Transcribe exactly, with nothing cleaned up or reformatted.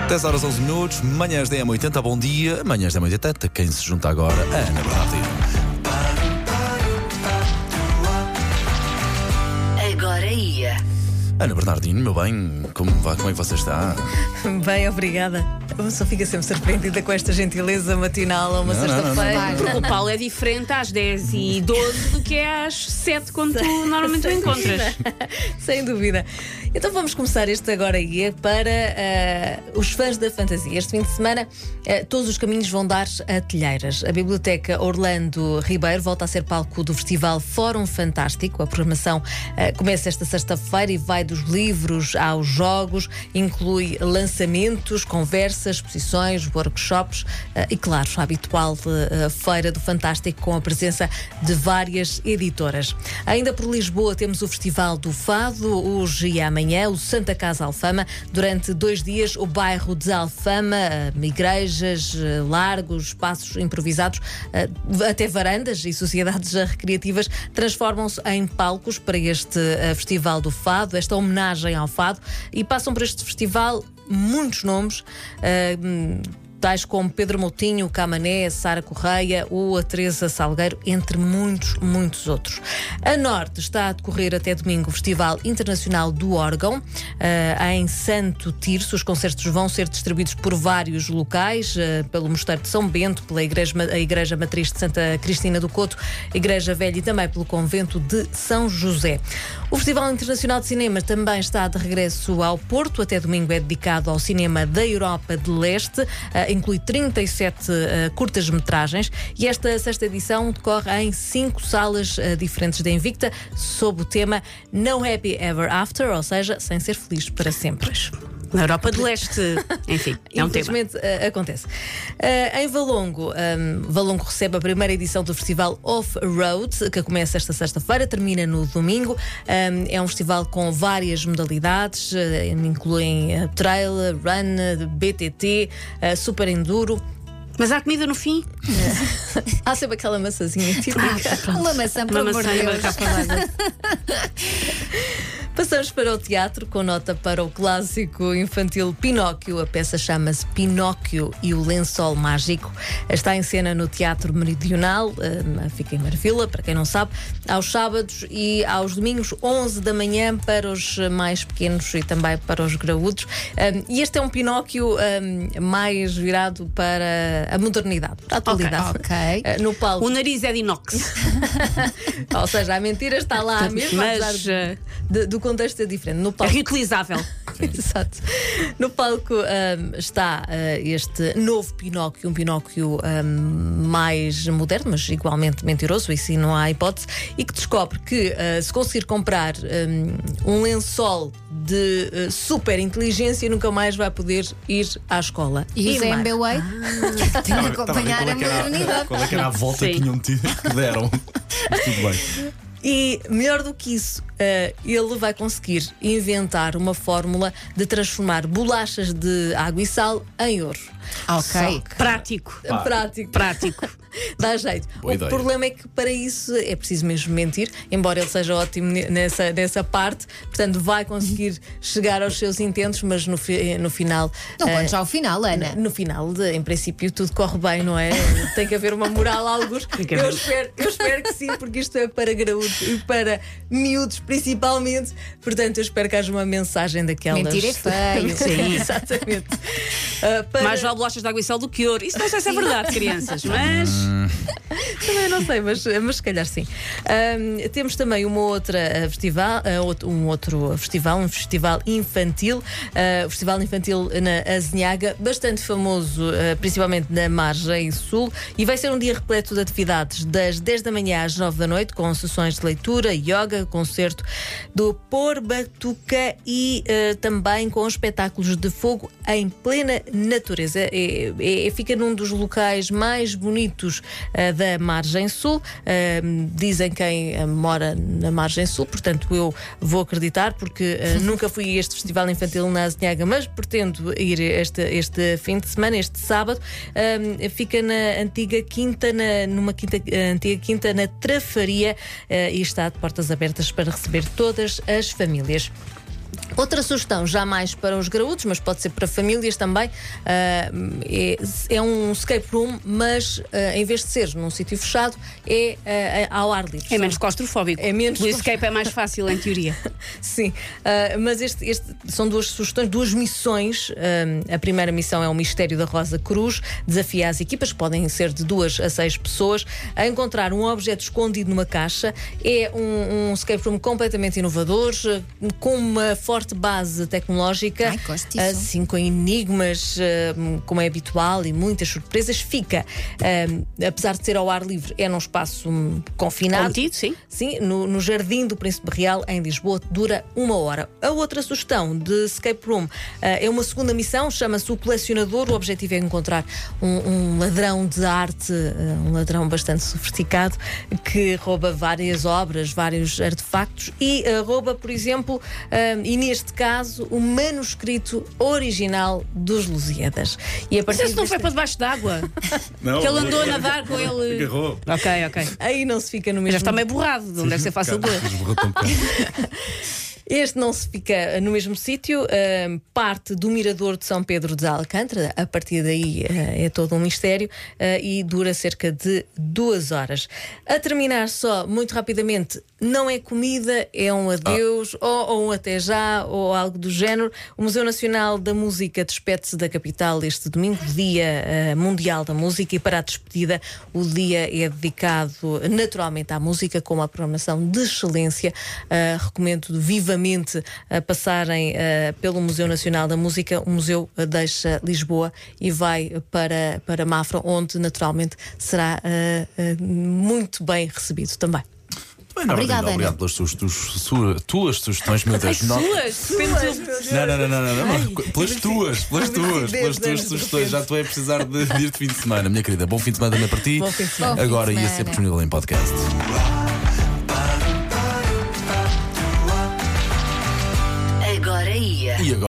dez horas onze minutos, manhãs da M oitenta, bom dia. Manhãs da M oitenta, quem se junta agora? A Ana Bernardino. Agora ia. Ana Bernardino, meu bem, como, vai, como é que você está? Bem, obrigada. Eu só fico sempre surpreendida com esta gentileza matinal a uma Não, não, não, sexta-feira. Porque o Paulo é diferente às dez e doze do que é às sete, quando tu normalmente o encontras. Sem dúvida. Então vamos começar este Agora Ia para uh, os fãs da fantasia. Este fim de semana uh, todos os caminhos vão dar a Telheiras. A Biblioteca Orlando Ribeiro volta a ser palco do Festival Fórum Fantástico. A programação uh, começa esta sexta-feira e vai dos livros aos jogos, inclui lançamentos, conversas, exposições, workshops uh, e, claro, a habitual uh, Feira do Fantástico com a presença de várias editoras. Ainda por Lisboa temos o Festival do Fado, hoje e amanhã, o Santa Casa Alfama. Durante dois dias, o bairro de Alfama, uh, igrejas, uh, largos, espaços improvisados, uh, até varandas e sociedades recreativas transformam-se em palcos para este uh, Festival do Fado, esta homenagem ao fado, e passam por este festival muitos nomes, uh, tais como Pedro Moutinho, Camané, Sara Correia ou a Teresa Salgueiro, entre muitos, muitos outros. A Norte está a decorrer até domingo o Festival Internacional do Órgão, uh, em Santo Tirso. Os concertos vão ser distribuídos por vários locais, uh, pelo Mosteiro de São Bento, pela Igreja, a Igreja Matriz de Santa Cristina do Couto, Igreja Velha e também pelo Convento de São José. O Festival Internacional de Cinema também está de regresso ao Porto. Até domingo é dedicado ao cinema da Europa de Leste. Uh, inclui trinta e sete uh, curtas-metragens e esta sexta edição decorre em cinco salas uh, diferentes da Invicta, sob o tema No Happy Ever After, ou seja, sem ser feliz para sempre. Na Europa de Leste, enfim, é um tema. Infelizmente uh, acontece. Uh, em Valongo, um, Valongo recebe a primeira edição do Festival Off-Road, que começa esta sexta-feira, termina no domingo. Um, é um festival com várias modalidades, uh, incluem uh, trail, run, B T T, uh, super enduro. Mas há comida no fim? Há sempre aquela maçãzinha típica. Uma maçã, por Uma amor maçã de e uma Deus. garrafa de água. Passamos para o teatro, com nota para o clássico infantil Pinóquio. A peça chama-se Pinóquio e o Lençol Mágico. Está em cena no Teatro Meridional, fica em Marvila, para quem não sabe, aos sábados e aos domingos, onze da manhã, para os mais pequenos e também para os graúdos. E este é um Pinóquio mais virado para a modernidade, para a atualidade. Ok. No palco. O nariz é de inox. Ou seja, a mentira está lá mesmo, Mas, apesar de, do contexto é diferente. No É palco. reutilizável. Exato. No palco um, está uh, este novo Pinóquio, um Pinóquio um, mais moderno, mas igualmente mentiroso, isso não há hipótese, e que descobre que uh, se conseguir comprar um, um lençol de uh, super inteligência, nunca mais vai poder ir à escola. E o Zé mais. M B W Ah. tem de acompanhar Qual é a que era modernidade. Qual é que era a volta Sim. que tinham tido, que deram? Mas tudo bem. E melhor do que isso, uh, ele vai conseguir inventar uma fórmula de transformar bolachas de água e sal em ouro. Ok. Prático. É prático. Prático. Dá jeito. Boa o ideia. problema é que para isso é preciso mesmo mentir, embora ele seja ótimo nessa, nessa parte, portanto vai conseguir chegar aos seus intentos, mas no, fi, no final. Não uh, contes ao final, Ana. No final, de, em princípio, tudo corre bem, não é? Tem que haver uma moral a alguns. que Eu haver. espero, eu espero que sim, porque isto é para graúdos e para miúdos principalmente. Portanto, eu espero que haja uma mensagem daquelas. Mentir é feio. Sim, exatamente. Uh, para... Mais vale bolachas de água e sal do que ouro. Isso não sei se é verdade, crianças, mas. Também não sei, mas, mas se calhar sim. Um, temos também uma outra uh, festival, uh, outro- um outro festival, um festival infantil, uh, o Festival Infantil na Azinhaga, bastante famoso, uh, principalmente na margem sul, e vai ser um dia repleto de atividades das dez da manhã às nove da noite, com sessões de leitura, yoga, concerto do Por Batuca e uh, também com espetáculos de fogo em plena natureza. É, é- fica num dos locais mais bonitos uh, da margem sul. Uh, dizem quem uh, mora na margem sul, portanto eu vou acreditar, porque uh, nunca fui a este festival infantil na Azinhaga, mas pretendo ir este, este fim de semana, este sábado. Uh, fica na antiga quinta, na, numa quinta, uh, antiga quinta na Trafaria, uh, e está de portas abertas para receber todas as famílias. Outra sugestão, já mais para os graúdos, mas pode ser para famílias também, ah, é, é um escape room, mas ah, em vez de ser num sítio fechado, é ah, ao ar livre. É menos claustrofóbico. É menos O escape é mais fácil, em teoria. Sim, ah, mas este, este são duas sugestões, duas missões. Ah, a primeira missão é o Mistério da Rosa Cruz, desafia as equipas, podem ser de duas a seis pessoas, a encontrar um objeto escondido numa caixa. É um, um escape room completamente inovador, com uma forte base tecnológica, Ai, gosto disso. assim, com enigmas, ah, como é habitual, e muitas surpresas. Fica, ah, apesar de ser ao ar livre, é num espaço hum, confinado. Contido, sim. Sim, no, no Jardim do Príncipe Real, em Lisboa, dura uma hora. A outra sugestão de escape room uh, é uma segunda missão, chama-se O Colecionador. O objetivo é encontrar um, um ladrão de arte, uh, um ladrão bastante sofisticado, que rouba várias obras, vários artefactos e uh, rouba, por exemplo, uh, e neste caso, o manuscrito original dos Lusíadas. E a Mas partir esse não deste- foi para debaixo d'água? Não, Que ele andou a nadar com ele. Agarrou. Ok, ok. Aí não se fica no Já mesmo está meio borrado, não deve ser fácil de ler. Esborrou-te um bocado. Este não se fica no mesmo sítio, uh, parte do Mirador de São Pedro de Alcântara. A partir daí uh, é todo um mistério, uh, e dura cerca de duas horas. A terminar só, muito rapidamente, não é comida, é um adeus, Ah. ou, ou um até já, ou algo do género. O Museu Nacional da Música despede-se da capital este domingo, Dia uh, Mundial da Música, e para a despedida o dia é dedicado naturalmente à música, com uma programação de excelência. Uh, recomendo vivamente a passarem uh, pelo Museu Nacional da Música. O museu uh, deixa Lisboa e vai para, para Mafra, onde naturalmente será uh, uh, muito bem recebido também. Bem, não, Obrigada, Ana. Obrigado Ana. pelas tuas, tuas, tuas, tuas sugestões, meu Deus. Não- Suas? Depende- Não, não, não, não, não, não. Pelas tuas, pelas tuas, pelas tuas anos de sugestões. repente. Já estou a precisar de de ir de fim de semana, minha querida. Bom fim de semana também para ti. Bom fim de semana. Bom fim de Agora ia semana. ser disponível em podcast. Agora ia. E agora?